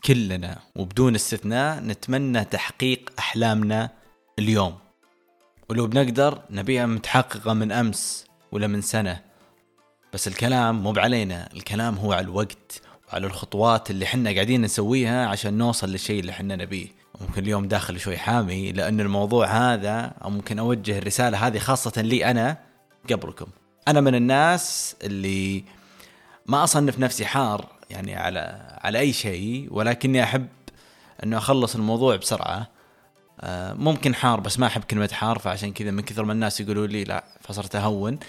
كلنا وبدون استثناء نتمنى تحقيق أحلامنا اليوم، ولو بنقدر نبيها متحققة من أمس ولا من سنة. بس الكلام مو بعلينا، الكلام هو على الوقت وعلى الخطوات اللي حنا قاعدين نسويها عشان نوصل للشيء اللي حنا نبيه. ممكن اليوم داخل شوي حامي لأن الموضوع هذا، أو ممكن أوجه الرسالة هذه خاصة لي أنا قبلكم. أنا من الناس اللي ما أصنف نفسي حار يعني على أي شيء، ولكني أحب أنه أخلص الموضوع بسرعة. ممكن حار بس ما أحب كلمة حار، فعشان كذا من كثر ما الناس يقولوا لي لا فصرت أهون.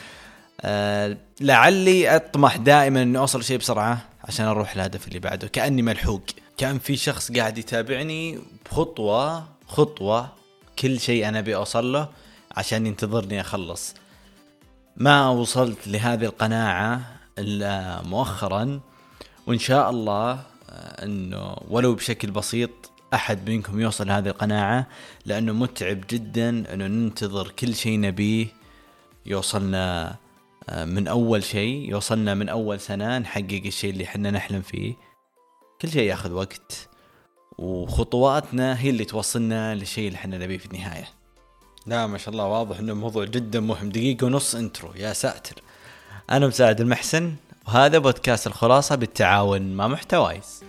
لعلي أطمح دائما أن أوصل شيء بسرعة عشان أروح الهدف اللي بعده، كأني ملحوق، كأن في شخص قاعد يتابعني بخطوة خطوة كل شيء أنا بأوصل له عشان ينتظرني أخلص. ما وصلت لهذه القناعة إلا مؤخرا، وإن شاء الله أنه ولو بشكل بسيط أحد منكم يوصل لهذه القناعة، لأنه متعب جدا أنه ننتظر كل شيء نبيه يوصلنا من أول شيء، يوصلنا من أول سنة نحقق الشيء اللي حنا نحلم فيه. كل شيء يأخذ وقت، وخطواتنا هي اللي توصلنا للشيء اللي حنا نبيه في النهاية. لا ما شاء الله، واضح أنه موضوع جدا مهم. 1.5 دقيقة انترو، يا ساتر. أنا مساعد المحسن، وهذا بودكاست الخلاصة بالتعاون مع محتوايز.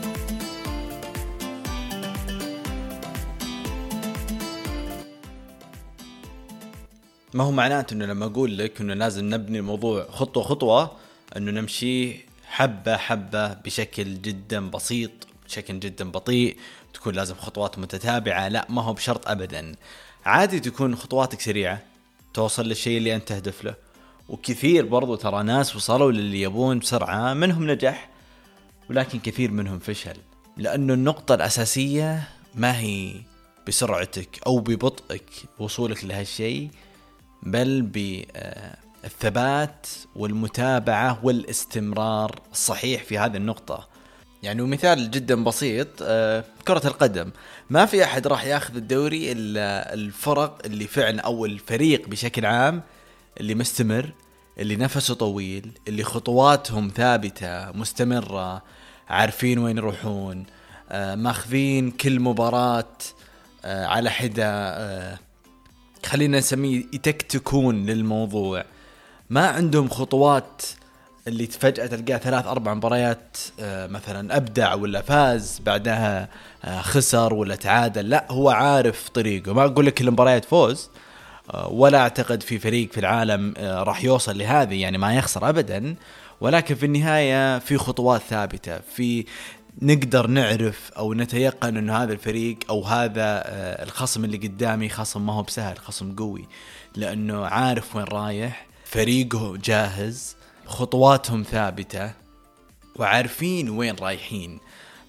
ما هو معناته أنه لما أقول لك أنه لازم نبني الموضوع خطوة خطوة، أنه نمشي حبة حبة بشكل جدا بسيط، بشكل جدا بطيء، تكون لازم خطوات متتابعة. لا، ما هو بشرط أبدا. عادي تكون خطواتك سريعة توصل للشيء اللي أنت تهدف له، وكثير برضو ترى ناس وصلوا للي يبون بسرعة، منهم نجح ولكن كثير منهم فشل، لأنه النقطة الأساسية ما هي بسرعتك أو ببطئك وصولك لهالشيء، بل بالثبات والمتابعة والاستمرار الصحيح في هذه النقطة. يعني مثال جدا بسيط، كرة القدم، ما في أحد راح يأخذ الدوري إلا الفرق اللي فعلا، أو الفريق بشكل عام، اللي مستمر، اللي نفسه طويل، اللي خطواتهم ثابتة مستمرة، عارفين وين يروحون، ماخذين كل مباراة على حدة، خلينا نسميه يتكتكون للموضوع. ما عندهم خطوات اللي فجأة تلقاه 3-4 مباريات مثلا أبدع ولا فاز، بعدها خسر ولا تعادل. لا، هو عارف طريقه. ما أقول لك كل مباريات فوز، ولا أعتقد في فريق في العالم راح يوصل لهذه، يعني ما يخسر أبدا، ولكن في النهاية في خطوات ثابتة، في نقدر نعرف أو نتيقن أنه هذا الفريق أو هذا الخصم اللي قدامي خصم ما هو بسهل، خصم قوي، لأنه عارف وين رايح، فريقه جاهز، خطواتهم ثابتة، وعارفين وين رايحين.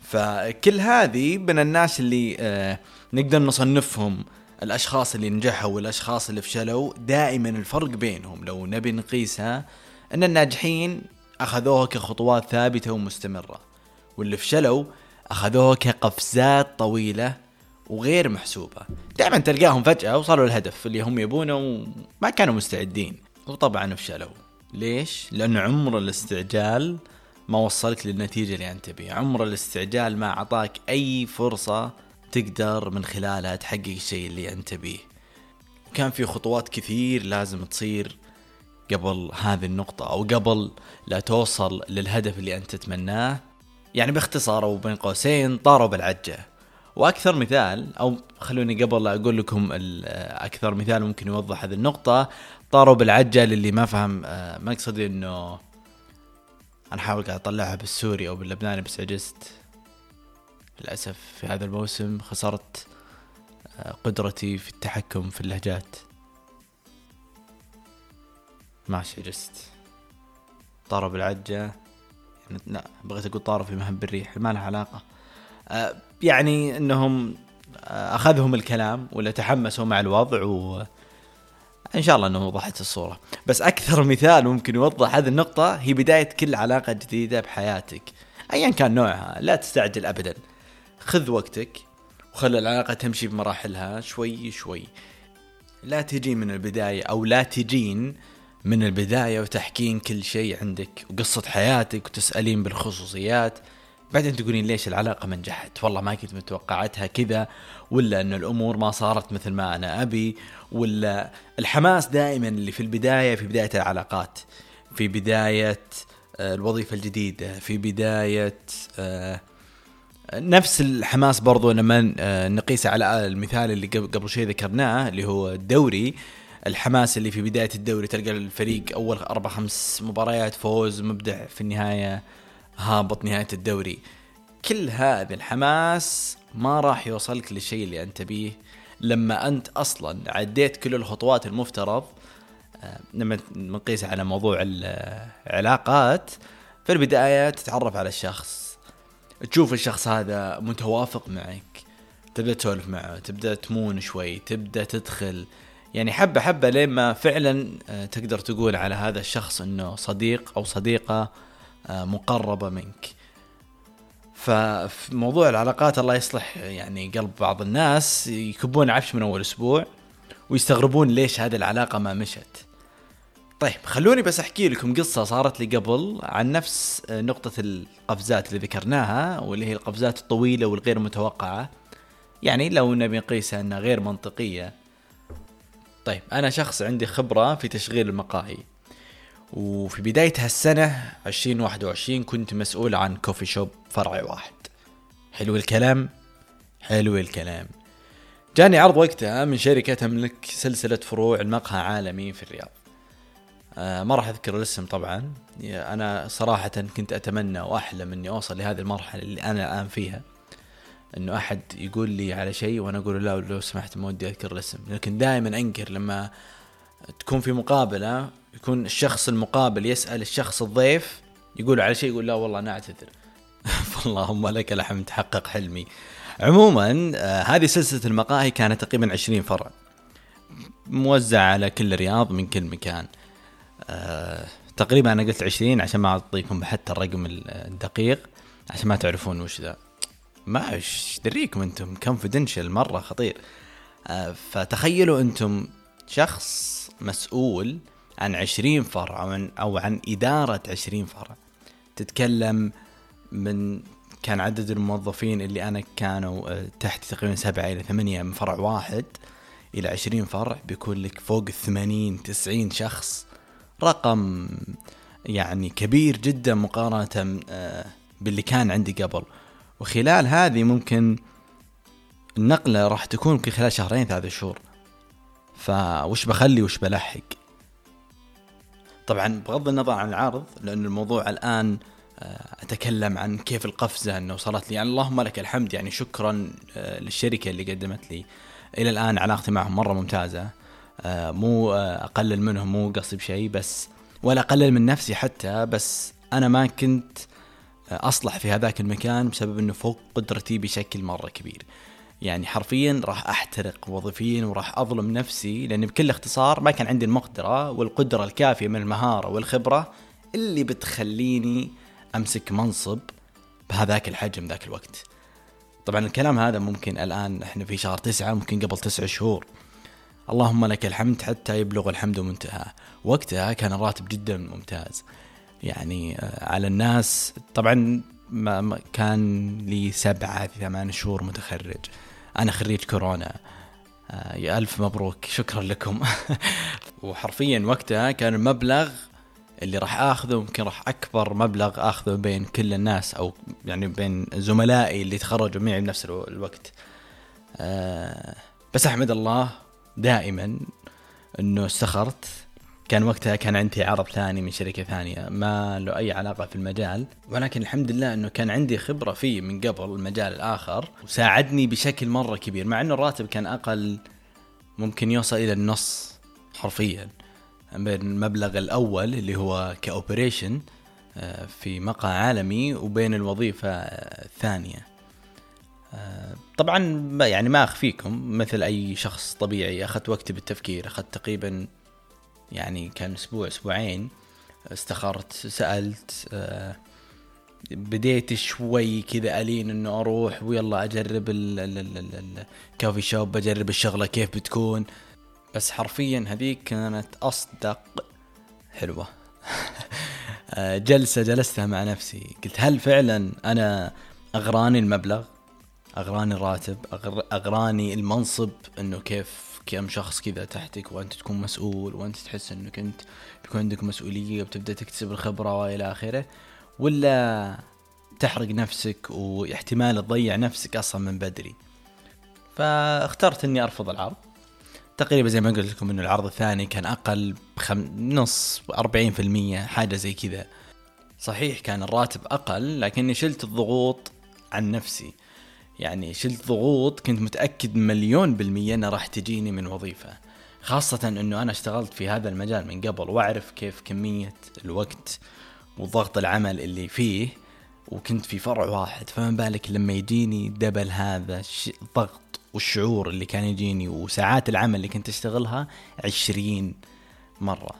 فكل هذه من الناس اللي نقدر نصنفهم الأشخاص اللي نجحوا والأشخاص اللي فشلوا. دائما الفرق بينهم لو نبي نقيسها، أن الناجحين أخذوها كخطوات ثابتة ومستمرة، واللي فشلوا أخذوها كقفزات طويلة وغير محسوبة. دائما تلقاهم فجأة وصلوا للهدف اللي هم يبونه وما كانوا مستعدين، وطبعا فشلوا. ليش؟ لأنه عمر الاستعجال ما وصلك للنتيجة اللي أنت بيه. عمر الاستعجال ما عطاك أي فرصة تقدر من خلالها تحقق الشيء اللي أنت بيه. كان في خطوات كثير لازم تصير قبل هذه النقطة، أو قبل لا توصل للهدف اللي أنت تتمناه. يعني باختصار أو بين قوسين، طاروا بالعجة. وأكثر مثال، أو خلوني قبل أقول لكم أكثر مثال ممكن يوضح هذه النقطة، طاروا بالعجة للي ما فهم مقصدي. إنه أنا حاول أطلعها بالسوري أو باللبناني بس عجزت للأسف. في هذا الموسم خسرت قدرتي في التحكم في اللهجات، ماشي عجزت. طاروا بالعجة، لا بغيت أقول طاروا في مهب الريح، ما لها علاقة. يعني أنهم أخذهم الكلام ولا تحمسوا مع الوضع، وإن شاء الله أنه وضحت الصورة. بس أكثر مثال ممكن يوضح هذه النقطة هي بداية كل علاقة جديدة بحياتك أيا كان نوعها. لا تستعجل أبدا، خذ وقتك وخلي العلاقة تمشي بمراحلها شوي شوي. لا تجي من البداية، أو لا تجين من البداية وتحكين كل شيء عندك وقصة حياتك وتسألين بالخصوصيات. بعدين تقولين ليش العلاقة ما نجحت؟ والله ما كنت متوقعتها كذا، ولا أن الأمور ما صارت مثل ما أنا أبي، ولا الحماس دائما اللي في البداية، في بداية العلاقات، في بداية الوظيفة الجديدة، في بداية نفس الحماس برضو لما نقيس على المثال اللي قبل شيء ذكرناه اللي هو الدوري. الحماس اللي في بداية الدوري، تلقى الفريق أول 4-5 مباريات فوز مبدع، في النهاية هابط نهاية الدوري. كل هذا الحماس ما راح يوصلك للشيء اللي أنت بيه لما أنت أصلا عديت كل الخطوات المفترض. لما نقيس على موضوع العلاقات، في البداية تتعرف على الشخص، تشوف الشخص هذا متوافق معك، تبدأ تسولف معه، تبدأ تمون شوي، تبدأ تدخل يعني حبة حبة لين ما فعلا تقدر تقول على هذا الشخص انه صديق او صديقة مقربة منك. ففي موضوع العلاقات الله يصلح يعني قلب بعض الناس يكبون عفش من اول اسبوع ويستغربون ليش هذه العلاقة ما مشت. طيب خلوني بس احكي لكم قصة صارت لي قبل عن نفس نقطة القفزات اللي ذكرناها، واللي هي القفزات الطويلة والغير متوقعة، يعني لو نبي نقيسها انها غير منطقية. طيب أنا شخص عندي خبرة في تشغيل المقاهي، وفي بداية هالسنة 2021 كنت مسؤول عن كوفي شوب فرع واحد. حلو الكلام، حلو الكلام. جاني عرض وقتها من شركة تملك سلسلة فروع المقهى عالمي في الرياض. ما راح أذكر الاسم طبعا. أنا صراحة كنت أتمنى وأحلم أني أوصل لهذه المرحلة اللي أنا الآن فيها، انه احد يقول لي على شيء وانا اقول لا لو سمحت ما ودي اذكر الاسم. لكن دائما انكر لما تكون في مقابله، يكون الشخص المقابل يسال الشخص الضيف يقول على شيء، يقول لا والله انا اعتذر. فاللهم لك الحمد، تحقق حلمي. عموما هذه سلسله المقاهي كانت تقريبا 20 فرع موزع على كل الرياض من كل مكان. تقريبا انا قلت 20 عشان ما اعطيكم حتى الرقم الدقيق عشان ما تعرفون وش ذا، ما ايش دريكم انتم كونفيدنشال مرة خطير. فتخيلوا انتم شخص مسؤول عن 20 فرع او عن إدارة 20 فرع. تتكلم من كان عدد الموظفين اللي انا كانوا تحت تقريبا 7 إلى 8 من فرع واحد الى 20 فرع، بيكون لك فوق 80-90 شخص. رقم يعني كبير جدا مقارنة باللي كان عندي قبل. وخلال هذه ممكن النقلة راح تكون في خلال 2-3 شهور. فوش بخلي وش بلحق؟ طبعا بغض النظر عن العرض، لأن الموضوع الآن أتكلم عن كيف القفزة أنه وصلت لي. يعني اللهم لك الحمد، يعني شكرا للشركة اللي قدمت لي. إلى الآن علاقتي معهم مرة ممتازة، مو أقلل منهم، مو قصدي بشيء، بس ولا أقلل من نفسي حتى، بس أنا ما كنت أصلح في هذاك المكان بسبب أنه فوق قدرتي بشكل مرة كبير. يعني حرفيا راح أحترق وظيفيا وراح أظلم نفسي، لأن بكل اختصار ما كان عندي المقدرة والقدرة الكافية من المهارة والخبرة اللي بتخليني أمسك منصب بهذاك الحجم ذاك الوقت. طبعا الكلام هذا ممكن الآن إحنا في شهر 9، ممكن قبل 9 شهور. اللهم لك الحمد حتى يبلغ الحمد منتهى. وقتها كان الراتب جدا ممتاز، يعني على الناس. طبعا ما كان لي 7-8 شهور متخرج، أنا خريج كورونا. يا ألف مبروك، شكرا لكم. وحرفيا وقتها كان المبلغ اللي راح أخذه ممكن راح أكبر مبلغ أخذه بين كل الناس، أو يعني بين زملائي اللي تخرجوا معي بنفس الوقت. بس أحمد الله دائما أنه استخرت. كان وقتها كان عندي عرض ثاني من شركة ثانية ما له أي علاقة في المجال، ولكن الحمد لله أنه كان عندي خبرة فيه من قبل المجال الآخر، وساعدني بشكل مرة كبير. مع أنه الراتب كان أقل، ممكن يوصل إلى النص حرفيا بين المبلغ الأول اللي هو كأوبريشن في مقهى عالمي وبين الوظيفة الثانية. طبعا يعني ما أخفيكم مثل أي شخص طبيعي أخذت وقتي بالتفكير. أخذت تقريبا يعني كان أسبوعين استخرت، سألت، بديت شوي كذا ألين إنه أروح ويلا أجرب الكافي شوب، أجرب الشغلة كيف بتكون. بس حرفيا هذيك كانت أصدق حلوة. جلسة جلستها مع نفسي، قلت هل فعلا أنا أغراني المبلغ، أغراني الراتب، أغراني المنصب، أنه كيف كم شخص كذا تحتك وأنت تكون مسؤول وأنت تحس أنك أنت بيكون عندك مسؤولية وبتبدأ تكتسب الخبرة وإلى آخره، ولا تحرق نفسك واحتمال تضيع نفسك أصلا من بدري. فاخترت أني أرفض العرض. تقريبا زي ما قلت لكم أنه العرض الثاني كان أقل نص 40% حاجة زي كذا. صحيح كان الراتب أقل، لكني شلت الضغوط عن نفسي. يعني شلت ضغوط كنت متأكد 1,000,000% أنها راح تجيني من وظيفة، خاصة أنه أنا اشتغلت في هذا المجال من قبل وأعرف كيف كمية الوقت وضغط العمل اللي فيه، وكنت في فرع واحد. فما بالك لما يجيني دبل هذا الضغط والشعور اللي كان يجيني، وساعات العمل اللي كنت اشتغلها 20 مرة.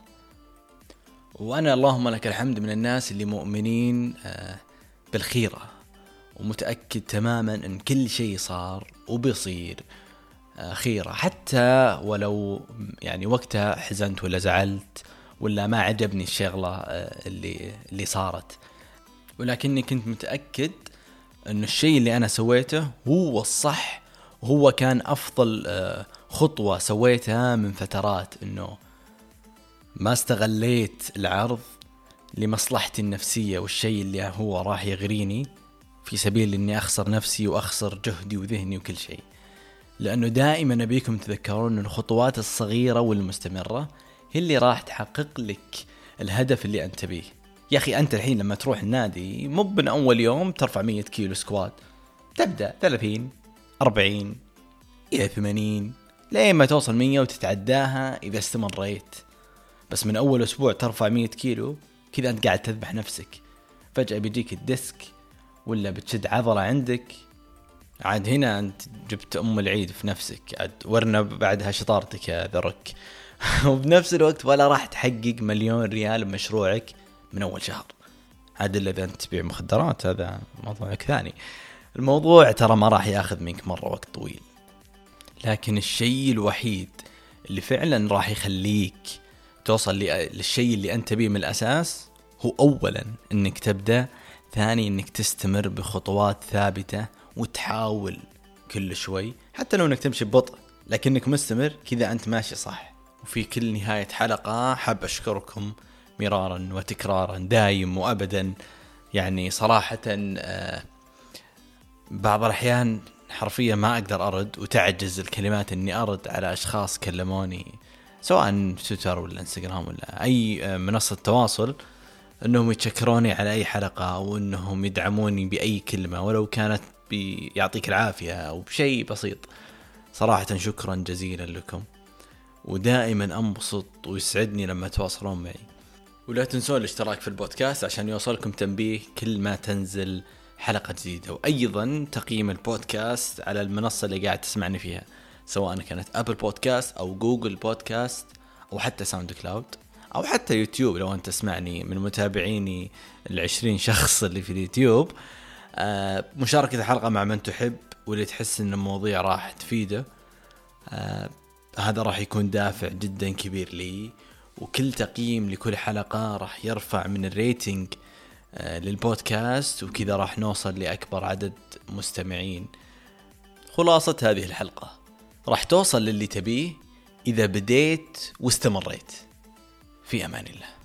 وأنا اللهم لك الحمد من الناس اللي مؤمنين بالخيرة، ومتأكد تماما أن كل شيء صار وبيصير خيرة، حتى ولو يعني وقتها حزنت ولا زعلت ولا ما عجبني الشغلة اللي صارت، ولكني كنت متأكد أن الشيء اللي أنا سويته هو الصح، وهو كان أفضل خطوة سويتها من فترات. أنه ما استغليت العرض لمصلحتي النفسية والشيء اللي هو راح يغريني في سبيل أني أخسر نفسي وأخسر جهدي وذهني وكل شيء. لأنه دائما أبيكم تذكرون أن الخطوات الصغيرة والمستمرة هي اللي راح تحقق لك الهدف اللي أنت بيه. يا أخي أنت الحين لما تروح النادي مو من أول يوم ترفع 100 كيلو سكوات، تبدأ 30 40 إلى 80 لين ما توصل 100 وتتعداها إذا استمريت. بس من أول أسبوع ترفع 100 كيلو كذا أنت قاعد تذبح نفسك. فجأة بيجيك الديسك ولا بتشد عضلة عندك، عاد هنا أنت جبت أم العيد في نفسك، عاد ورنا بعدها شطارتك يا ذرك. وبنفس الوقت ولا راح تحقق 1,000,000 ريال بمشروعك من أول شهر. عاد إلا إذا أنت تبيع مخدرات، هذا موضوعك ثاني. الموضوع ترى ما راح ياخذ منك مرة وقت طويل، لكن الشيء الوحيد اللي فعلا راح يخليك توصل للشيء اللي أنت بيه من الأساس هو أولا أنك تبدأ، ثاني أنك تستمر بخطوات ثابتة وتحاول كل شوي، حتى لو أنك تمشي ببطء لكنك مستمر، كذا أنت ماشي صح. وفي كل نهاية حلقة حاب أشكركم مرارا وتكرارا دايم وأبدا. يعني صراحة بعض الأحيان حرفيا ما أقدر أرد، وتعجز الكلمات أني أرد على أشخاص كلموني سواء تويتر ولا انستغرام ولا أي منصة تواصل، أنهم يتشكروني على أي حلقة أو أنهم يدعموني بأي كلمة ولو كانت يعطيك العافية أو بشيء بسيط. صراحة شكرا جزيلا لكم، ودائما أنبسط ويسعدني لما تواصلون معي. ولا تنسون الاشتراك في البودكاست عشان يوصلكم تنبيه كل ما تنزل حلقة جديدة، وأيضا تقييم البودكاست على المنصة اللي قاعد تسمعني فيها، سواء كانت أبل بودكاست أو جوجل بودكاست أو حتى ساوند كلاود أو حتى يوتيوب. لو أنت تسمعني من متابعيني 20 شخص اللي في اليوتيوب، مشاركة الحلقة مع من تحب واللي تحس أن المواضيع راح تفيده، هذا راح يكون دافع جدا كبير لي. وكل تقييم لكل حلقة راح يرفع من الريتنج للبودكاست، وكذا راح نوصل لأكبر عدد مستمعين. خلاصة هذه الحلقة، راح توصل للي تبيه إذا بديت واستمريت. في أمان الله.